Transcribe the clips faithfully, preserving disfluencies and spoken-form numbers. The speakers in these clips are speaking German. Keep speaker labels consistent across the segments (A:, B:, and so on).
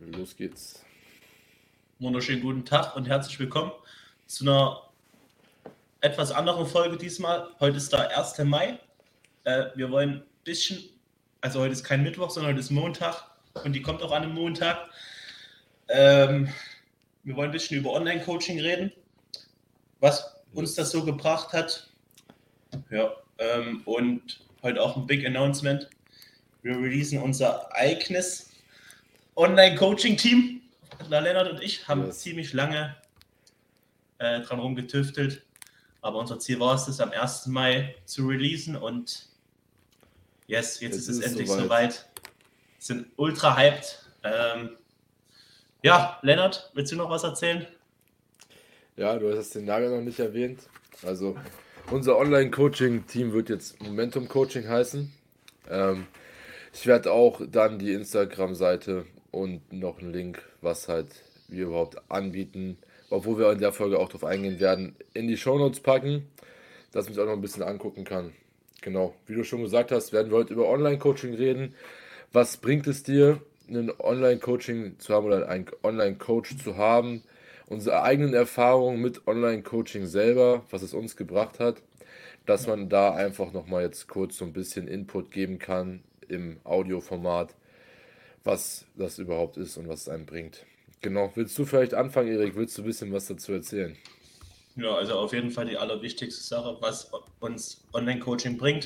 A: Los geht's.
B: Wunderschönen guten Tag und herzlich willkommen zu einer etwas anderen Folge diesmal. Heute ist der erste Mai. Äh, wir wollen ein bisschen, also heute ist kein Mittwoch, sondern heute ist Montag und die kommt auch an einem Montag. Ähm, wir wollen ein bisschen über Online-Coaching reden, was uns das so gebracht hat. Ja, ähm, und heute auch ein Big Announcement. Wir releasen unser eigenes Online-Coaching-Team. Der Lennart und ich haben
A: Yes.
B: ziemlich lange äh, dran rumgetüftelt, aber unser Ziel war es, das am ersten Mai zu releasen und yes, jetzt, jetzt ist es endlich soweit. soweit. Sind ultra hyped. Ähm, ja, Lennart, willst du noch was erzählen?
A: Ja, du hast den Nagel noch nicht erwähnt. Also unser Online-Coaching-Team wird jetzt Momentum Coaching heißen. Ähm, ich werde auch dann die Instagram-Seite und noch einen Link, was halt wir überhaupt anbieten, obwohl wir in der Folge auch drauf eingehen werden, in die Shownotes packen, dass man sich auch noch ein bisschen angucken kann. Genau, wie du schon gesagt hast, werden wir heute über Online-Coaching reden. Was bringt es dir, ein Online-Coaching zu haben oder einen Online-Coach zu haben? Unsere eigenen Erfahrungen mit Online-Coaching selber, was es uns gebracht hat, dass man da einfach nochmal jetzt kurz so ein bisschen Input geben kann im Audioformat, was das überhaupt ist und was es einem bringt. Genau, willst du vielleicht anfangen, Erik? Willst du ein bisschen was dazu erzählen?
B: Ja, also auf jeden Fall die allerwichtigste Sache, was uns Online-Coaching bringt.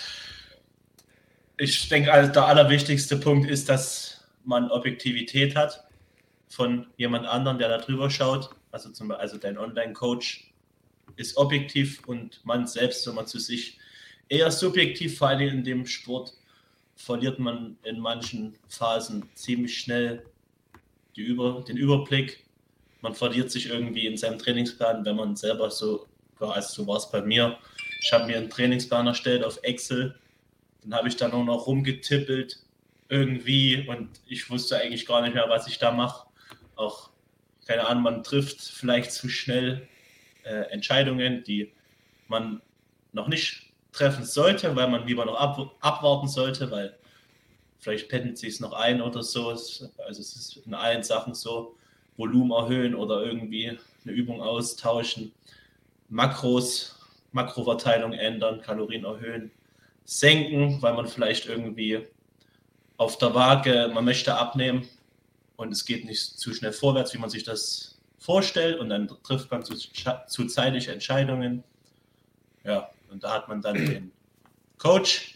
B: Ich denke, also der allerwichtigste Punkt ist, dass man Objektivität hat von jemand anderem, der da drüber schaut. Also, zum, also dein Online-Coach ist objektiv und man selbst, wenn man zu sich eher subjektiv, vor allem in dem Sport, verliert man in manchen Phasen ziemlich schnell die Über, den Überblick. Man verliert sich irgendwie in seinem Trainingsplan, wenn man selber so, also so war es bei mir. Ich habe mir einen Trainingsplan erstellt auf Excel, dann habe ich da nur noch rumgetippelt irgendwie und ich wusste eigentlich gar nicht mehr, was ich da mache. Auch, keine Ahnung, man trifft vielleicht zu schnell äh, Entscheidungen, die man noch nicht treffen sollte, weil man lieber noch ab, abwarten sollte, weil vielleicht pendelt sich es noch ein oder so. Also es ist in allen Sachen so, Volumen erhöhen oder irgendwie eine Übung austauschen, Makros, Makroverteilung ändern, Kalorien erhöhen, senken, weil man vielleicht irgendwie auf der Waage, man möchte abnehmen und es geht nicht zu schnell vorwärts, wie man sich das vorstellt und dann trifft man zu, zu zeitig Entscheidungen. Ja, und da hat man dann den Coach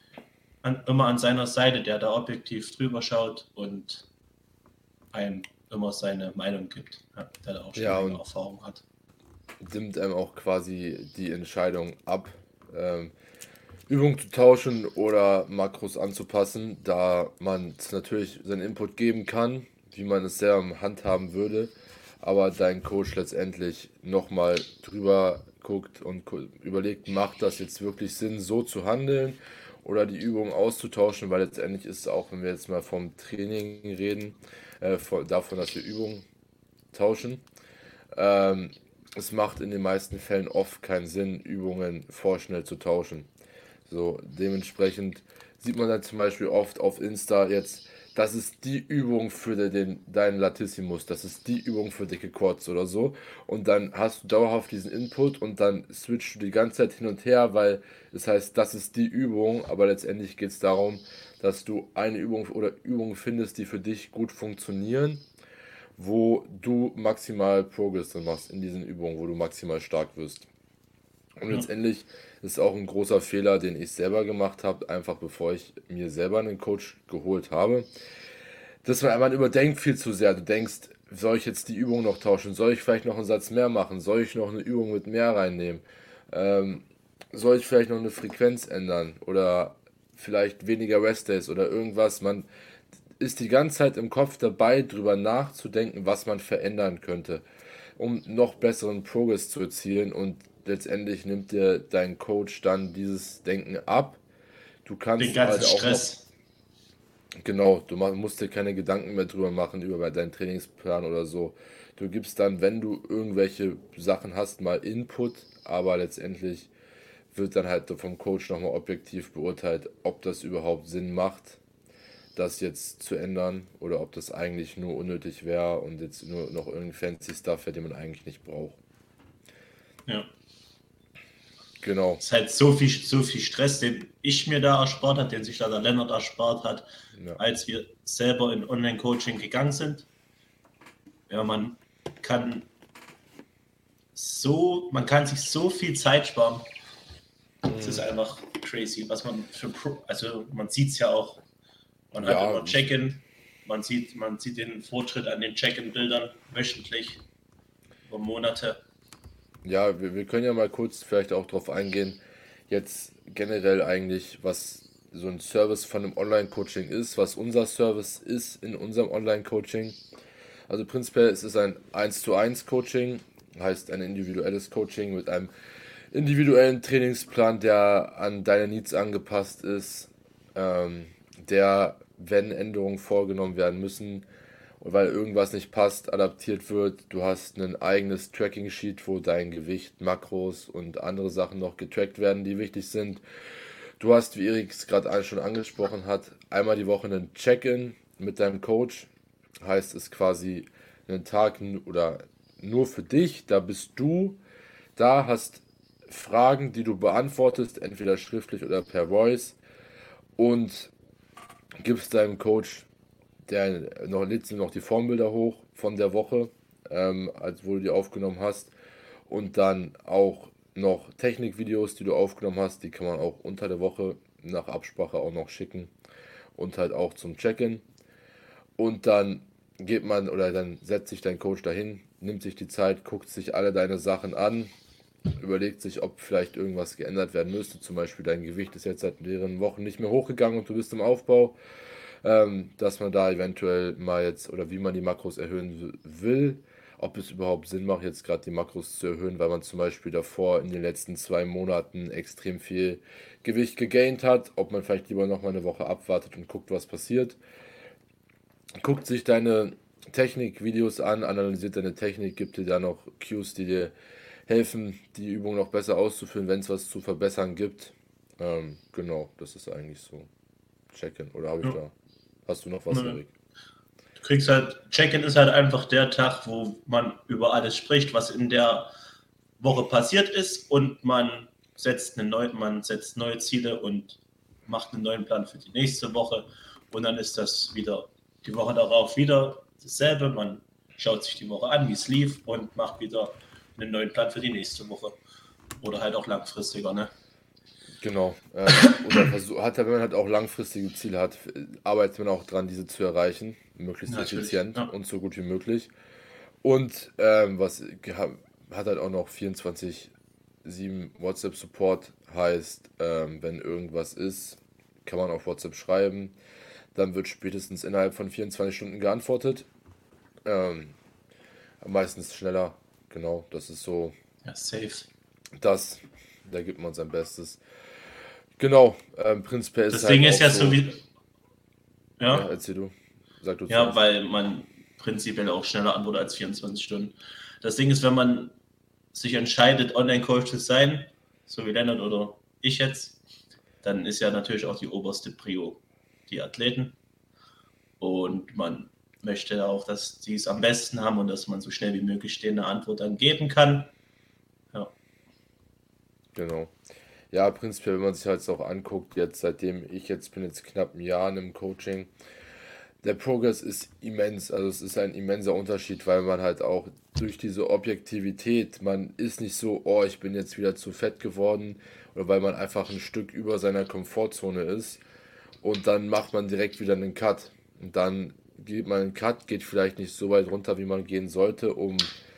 B: an, immer an seiner Seite, der da objektiv drüber schaut und einem immer seine Meinung gibt, ja, der da auch schon
A: Ja,
B: länger
A: und
B: Erfahrung hat.
A: nimmt einem auch quasi die Entscheidung ab, ähm, Übungen zu tauschen oder Makros anzupassen, da man natürlich seinen Input geben kann, wie man es selber handhaben würde, aber dein Coach letztendlich nochmal drüber guckt und überlegt, macht das jetzt wirklich Sinn, so zu handeln oder die Übungen auszutauschen, weil letztendlich ist es auch, wenn wir jetzt mal vom Training reden, äh, von, davon, dass wir Übungen tauschen, ähm, es macht in den meisten Fällen oft keinen Sinn, Übungen vorschnell zu tauschen. So, dementsprechend sieht man dann zum Beispiel oft auf Insta jetzt, das ist die Übung für den, deinen Latissimus, das ist die Übung für dicke Quads oder so. Und dann hast du dauerhaft diesen Input und dann switchst du die ganze Zeit hin und her, weil es heißt, das ist die Übung, aber letztendlich geht es darum, dass du eine Übung oder Übungen findest, die für dich gut funktionieren, wo du maximal Progress drin machst in diesen Übungen, wo du maximal stark wirst. Und
B: Ja.
A: letztendlich ist auch ein großer Fehler, den ich selber gemacht habe, einfach bevor ich mir selber einen Coach geholt habe, dass man einmal überdenkt viel zu sehr. Du denkst, soll ich jetzt die Übung noch tauschen? Soll ich vielleicht noch einen Satz mehr machen? Soll ich noch eine Übung mit mehr reinnehmen? Ähm, soll ich vielleicht noch eine Frequenz ändern? Oder vielleicht weniger Rest Days oder irgendwas? Man ist die ganze Zeit im Kopf dabei, drüber nachzudenken, was man verändern könnte, um noch besseren Progress zu erzielen, und letztendlich nimmt dir dein Coach dann dieses Denken ab. Du
B: Den
A: kannst
B: ganzen
A: halt auch noch,
B: Stress.
A: genau, du ma- musst dir keine Gedanken mehr drüber machen, über deinen Trainingsplan oder so. Du gibst dann, wenn du irgendwelche Sachen hast, mal Input, aber letztendlich wird dann halt vom Coach nochmal objektiv beurteilt, ob das überhaupt Sinn macht, das jetzt zu ändern oder ob das eigentlich nur unnötig wäre und jetzt nur noch irgendein fancy Stuff wäre, den man eigentlich nicht braucht.
B: Ja.
A: Genau.
B: Es ist halt so viel, so viel Stress, den ich mir da erspart habe, den sich da der Lennart erspart hat,
A: Ja.
B: als wir selber in Online-Coaching gegangen sind. Ja, man kann so, man kann sich so viel Zeit sparen. Es ist einfach crazy, was man für Pro, also man sieht es ja auch. Man
A: Ja,
B: hat immer Check-in, man sieht, man sieht den Fortschritt an den Check-in-Bildern wöchentlich über Monate.
A: Ja, wir, wir können ja mal kurz vielleicht auch drauf eingehen, jetzt generell eigentlich, was so ein Service von einem Online-Coaching ist, was unser Service ist in unserem Online-Coaching. Also prinzipiell ist es ein eins zu eins Coaching, heißt ein individuelles Coaching mit einem individuellen Trainingsplan, der an deine Needs angepasst ist, ähm, der, wenn Änderungen vorgenommen werden müssen, weil irgendwas nicht passt, adaptiert wird. Du hast ein eigenes Tracking-Sheet, wo dein Gewicht, Makros und andere Sachen noch getrackt werden, die wichtig sind. Du hast, wie Erik es gerade schon angesprochen hat, einmal die Woche einen Check-in mit deinem Coach. Heißt es quasi einen Tag oder nur für dich. Da bist du da, hast Fragen, die du beantwortest, entweder schriftlich oder per Voice, und gibst deinem Coach, der noch lädst du noch die Formbilder hoch von der Woche, ähm, als wo du die aufgenommen hast, und dann auch noch Technikvideos, die du aufgenommen hast, die kann man auch unter der Woche nach Absprache auch noch schicken und halt auch zum Check-in. Und dann geht man oder dann setzt sich dein Coach dahin, nimmt sich die Zeit, guckt sich alle deine Sachen an, überlegt sich, ob vielleicht irgendwas geändert werden müsste. Zum Beispiel dein Gewicht ist jetzt seit mehreren Wochen nicht mehr hochgegangen und du bist im Aufbau. Ähm, dass man da eventuell mal jetzt oder wie man die Makros erhöhen will, ob es überhaupt Sinn macht, jetzt gerade die Makros zu erhöhen, weil man zum Beispiel davor in den letzten zwei Monaten extrem viel Gewicht gegaint hat, ob man vielleicht lieber noch mal eine Woche abwartet und guckt, was passiert. Guckt sich deine Technikvideos an, analysiert deine Technik, gibt dir da noch Cues, die dir helfen, die Übung noch besser auszuführen, wenn es was zu verbessern gibt. Ähm, genau, das ist eigentlich so. Check-in, oder habe ich
B: Ja.
A: da? Hast du noch was,
B: Nö.
A: Erik?
B: Du kriegst halt, Check-in ist halt einfach der Tag, wo man über alles spricht, was in der Woche passiert ist, und man setzt, eine neue, man setzt neue Ziele und macht einen neuen Plan für die nächste Woche, und dann ist das wieder die Woche darauf wieder dasselbe. Man schaut sich die Woche an, wie es lief, und macht wieder einen neuen Plan für die nächste Woche. Oder halt auch langfristiger, ne?
A: Genau. Ähm, oder versuch, hat, wenn man halt auch langfristige Ziele hat, arbeitet man auch dran, diese zu erreichen, möglichst
B: Natürlich,
A: effizient
B: ja.
A: und so gut wie möglich. Und ähm, was geha- hat halt auch noch vierundzwanzig sieben WhatsApp-Support, heißt, ähm, wenn irgendwas ist, kann man auf WhatsApp schreiben, dann wird spätestens innerhalb von vierundzwanzig Stunden geantwortet. Ähm, meistens schneller, genau, das ist so
B: Ja, safe.
A: das, da gibt man sein Bestes. Genau, ähm, prinzipiell ist
B: Das
A: halt
B: Ding ist
A: auch
B: ja
A: so,
B: so wie,
A: ja,
B: ja,
A: erzähl du, sag du
B: ja,
A: zuerst.
B: weil man prinzipiell auch schneller antwortet als vierundzwanzig Stunden. Das Ding ist, wenn man sich entscheidet, Online-Coach zu sein, so wie Lennart oder ich jetzt, dann ist ja natürlich auch die oberste Prio die Athleten. Und man möchte auch, dass die es am besten haben und dass man so schnell wie möglich denen eine Antwort dann geben kann. Ja,
A: Genau. Ja, prinzipiell, wenn man sich halt auch anguckt, jetzt seitdem ich jetzt bin, jetzt knapp ein Jahr in einem Coaching, der Progress ist immens, also es ist ein immenser Unterschied, weil man halt auch durch diese Objektivität, man ist nicht so, oh, ich bin jetzt wieder zu fett geworden, oder weil man einfach ein Stück über seiner Komfortzone ist, und dann macht man direkt wieder einen Cut. Und dann geht man einen Cut, geht vielleicht nicht so weit runter, wie man gehen sollte, um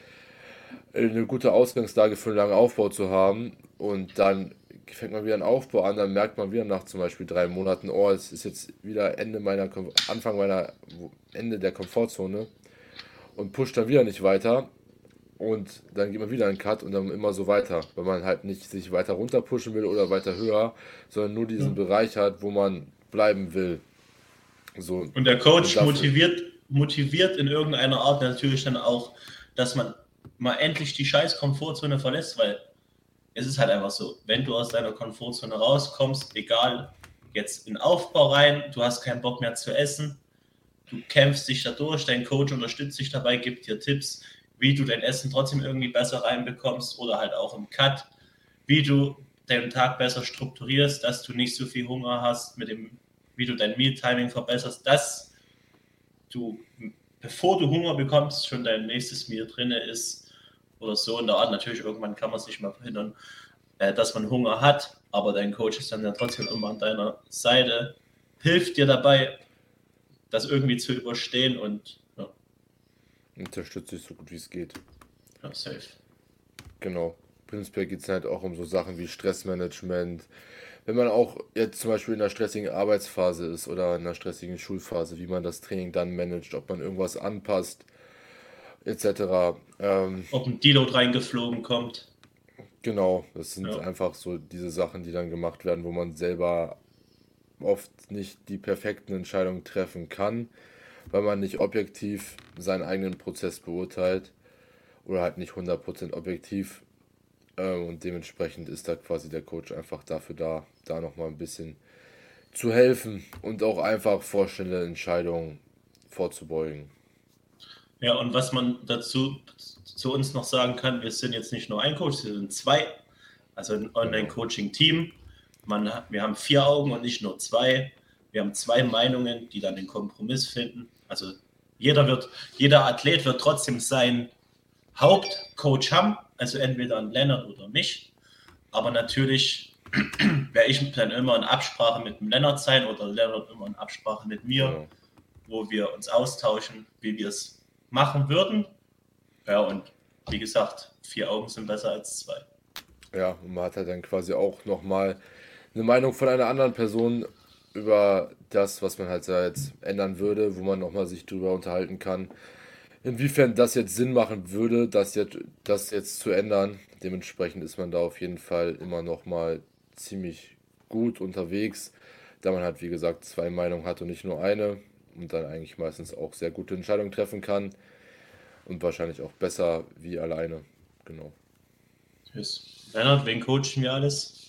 A: eine gute Ausgangslage für einen langen Aufbau zu haben. Und dann fängt man wieder einen Aufbau an, dann merkt man wieder nach zum Beispiel drei Monaten, oh, es ist jetzt wieder Ende meiner, Kom- Anfang meiner, Ende der Komfortzone, und pusht dann wieder nicht weiter. Und dann geht man wieder einen Cut und dann immer so weiter, weil man halt nicht sich weiter runter pushen will oder weiter höher, sondern nur diesen
B: ja.
A: Bereich hat, wo man bleiben will. So,
B: Und der
A: und
B: Coach
A: dafür,
B: motiviert, motiviert in irgendeiner Art natürlich dann auch, dass man mal endlich die scheiß Komfortzone verlässt, weil es ist halt einfach so, wenn du aus deiner Komfortzone rauskommst, egal jetzt in Aufbau rein, du hast keinen Bock mehr zu essen, du kämpfst dich da durch, dein Coach unterstützt dich dabei, gibt dir Tipps, wie du dein Essen trotzdem irgendwie besser reinbekommst oder halt auch im Cut, wie du deinen Tag besser strukturierst, dass du nicht so viel Hunger hast, mit dem, wie du dein Meal-Timing verbesserst, dass du, bevor du Hunger bekommst, schon dein nächstes Meal drin ist oder so in der Art. Natürlich, irgendwann kann man es nicht mehr verhindern, äh, dass man Hunger hat, aber dein Coach ist dann ja trotzdem immer an deiner Seite, hilft dir dabei, das irgendwie zu überstehen und ja,
A: Unterstütze ich so gut wie es geht.
B: ja safe.
A: Genau. Prinzipiell geht es halt auch um so Sachen wie Stressmanagement. Wenn man auch jetzt zum Beispiel in einer stressigen Arbeitsphase ist oder in einer stressigen Schulphase, wie man das Training dann managt, ob man irgendwas anpasst, et cetera. Ähm,
B: Ob ein Deload reingeflogen kommt.
A: genau, das sind
B: Ja.
A: einfach so diese Sachen, die dann gemacht werden, wo man selber oft nicht die perfekten Entscheidungen treffen kann, weil man nicht objektiv seinen eigenen Prozess beurteilt oder halt nicht hundert Prozent objektiv. Ähm, und dementsprechend ist da quasi der Coach einfach dafür da, da nochmal ein bisschen zu helfen und auch einfach vorschnelle Entscheidungen vorzubeugen.
B: Ja, und was man dazu zu uns noch sagen kann, wir sind jetzt nicht nur ein Coach, wir sind zwei, also ein Online-Coaching-Team. Man hat, wir haben vier Augen und nicht nur zwei. Wir haben zwei Meinungen, die dann den Kompromiss finden. Also jeder wird, jeder Athlet wird trotzdem seinen Hauptcoach haben, also entweder ein Lennart oder mich. Aber natürlich werde ich dann immer in Absprache mit dem Lennart sein oder Lennart immer in Absprache mit mir,
A: Genau.
B: wo wir uns austauschen, wie wir es machen würden. Ja, und wie gesagt, vier Augen sind besser als zwei.
A: Ja, und man hat halt dann quasi auch nochmal eine Meinung von einer anderen Person über das, was man halt da jetzt ändern würde, wo man nochmal sich drüber unterhalten kann, inwiefern das jetzt Sinn machen würde, das jetzt, das jetzt zu ändern. Dementsprechend ist man da auf jeden Fall immer nochmal ziemlich gut unterwegs, da man halt, wie gesagt, zwei Meinungen hat und nicht nur eine und dann eigentlich meistens auch sehr gute Entscheidungen treffen kann und wahrscheinlich auch besser wie alleine. Genau.
B: Yes. Lennart, wen coachen wir alles?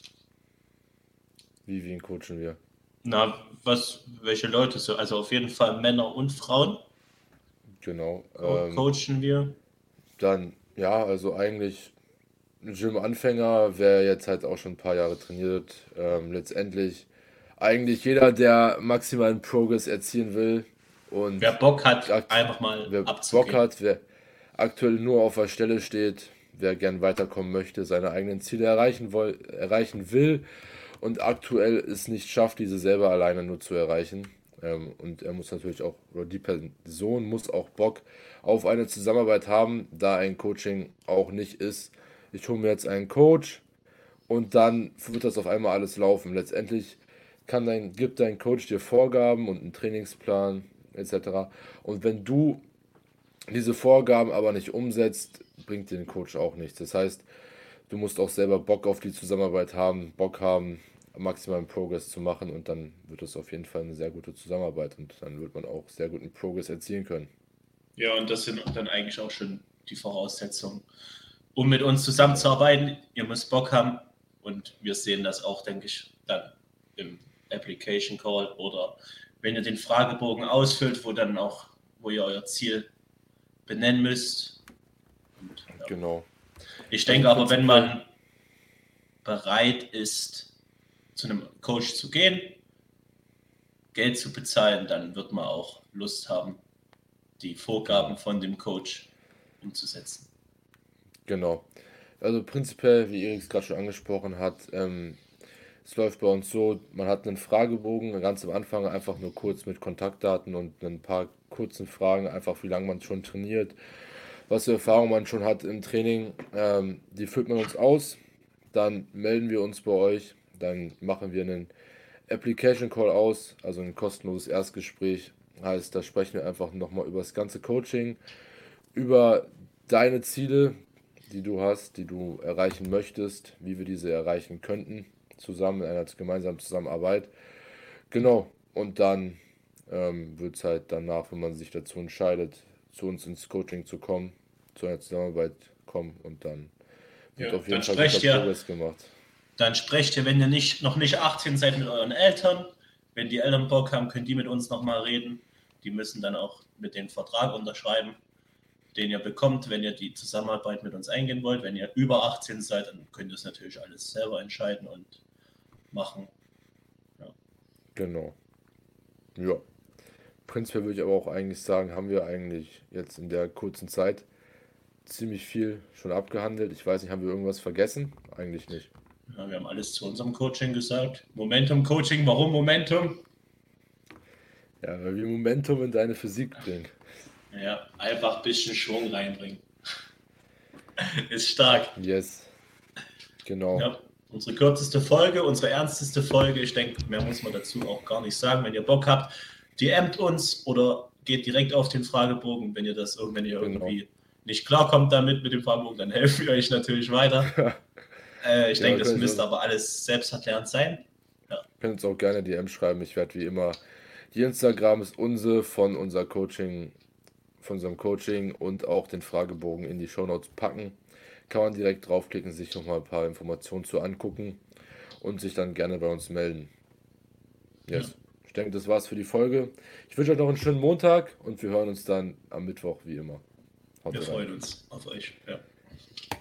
A: Wie, wen coachen wir?
B: Na, was, welche Leute so? Also auf jeden Fall Männer und Frauen
A: Genau.
B: co
A: Ähm,
B: coachen wir.
A: dann, ja, also eigentlich Gym-Anfänger, wer jetzt halt auch schon ein paar Jahre trainiert, ähm, letztendlich eigentlich jeder, der maximalen Progress erzielen will und
B: Wer Bock hat,
A: akt-
B: einfach mal
A: wer Bock
B: abzugehen.
A: hat, wer aktuell nur auf der Stelle steht, wer gern weiterkommen möchte, seine eigenen Ziele erreichen, woll erreichen will und aktuell es nicht schafft, diese selber alleine nur zu erreichen. Ähm, und er muss natürlich auch, oder die Person muss auch Bock auf eine Zusammenarbeit haben, da ein Coaching auch nicht ist, ich hole mir jetzt einen Coach und dann wird das auf einmal alles laufen. Letztendlich kann dein, gibt dein Coach dir Vorgaben und einen Trainingsplan et cetera. Und wenn du diese Vorgaben aber nicht umsetzt, bringt dir den Coach auch nichts. Das heißt, du musst auch selber Bock auf die Zusammenarbeit haben, Bock haben, maximalen Progress zu machen und dann wird es auf jeden Fall eine sehr gute Zusammenarbeit und dann wird man auch sehr guten Progress erzielen können.
B: Ja, und das sind dann eigentlich auch schon die Voraussetzungen, um mit uns zusammenzuarbeiten. Ihr müsst Bock haben und wir sehen das auch, denke ich, dann im Application Call oder wenn ihr den Fragebogen ausfüllt, wo dann auch, wo ihr euer Ziel benennen müsst. Und, ja.
A: Genau.
B: Ich denke
A: Also
B: aber, wenn
A: prinzipiell-
B: man bereit ist, zu einem Coach zu gehen, Geld zu bezahlen, dann wird man auch Lust haben, die Vorgaben von dem Coach umzusetzen.
A: Genau. Also prinzipiell, wie Erik es gerade schon angesprochen hat, ähm, es läuft bei uns so, man hat einen Fragebogen, ganz am Anfang einfach nur kurz mit Kontaktdaten und ein paar kurzen Fragen, einfach wie lange man schon trainiert, was für Erfahrung man schon hat im Training. Ähm, die füllt man uns aus, dann melden wir uns bei euch, dann machen wir einen Application Call aus, also ein kostenloses Erstgespräch. Heißt, da sprechen wir einfach nochmal über das ganze Coaching, über deine Ziele, die du hast, die du erreichen möchtest, wie wir diese erreichen könnten, zusammen in einer gemeinsamen Zusammenarbeit. Genau, und dann ähm, wird es halt danach, wenn man sich dazu entscheidet, zu uns ins Coaching zu kommen, zu einer Zusammenarbeit kommen und dann wird
B: Ja,
A: auf jeden
B: dann
A: Fall
B: sprecht
A: guter
B: ihr-
A: Progress gemacht.
B: Dann sprecht ihr, wenn ihr nicht, noch nicht achtzehn seid, mit euren Eltern. Wenn die Eltern Bock haben, können die mit uns nochmal reden. Die müssen dann auch mit den Vertrag unterschreiben, den ihr bekommt, wenn ihr die Zusammenarbeit mit uns eingehen wollt. Wenn ihr über achtzehn seid, dann könnt ihr es natürlich alles selber entscheiden und machen. Ja.
A: Genau. Ja. Prinzipiell würde ich aber auch eigentlich sagen, haben wir eigentlich jetzt in der kurzen Zeit ziemlich viel schon abgehandelt. Ich weiß nicht, haben wir irgendwas vergessen? Eigentlich nicht.
B: Ja, wir haben alles zu unserem Coaching gesagt. Momentum-Coaching, warum Momentum?
A: Ja, weil wir Momentum in deine Physik bringen.
B: Ja, einfach ein bisschen Schwung reinbringen. Ist stark.
A: Yes. Genau.
B: Ja, unsere kürzeste Folge, unsere ernsteste Folge. Ich denke, mehr muss man dazu auch gar nicht sagen. Wenn ihr Bock habt, D Mt uns oder geht direkt auf den Fragebogen. Wenn ihr das wenn ihr
A: Genau.
B: irgendwie nicht klarkommt damit mit dem Fragebogen, dann helfen wir euch natürlich weiter. äh, ich
A: Ja,
B: denke, das
A: können
B: müsste
A: Sie-
B: aber alles selbsterklärend sein.
A: Könnt uns auch gerne D M schreiben. Ich werde wie immer, die Instagram ist unsere von unser Coaching, von unserem Coaching und auch den Fragebogen in die Shownotes packen. Kann man direkt draufklicken, sich nochmal ein paar Informationen zu angucken und sich dann gerne bei uns melden. Yes. Ich denke, das war's für die Folge. Ich wünsche euch noch einen schönen Montag und wir hören uns dann am Mittwoch wie immer. Haut
B: Wir
A: rein.
B: freuen uns auf euch. Ja.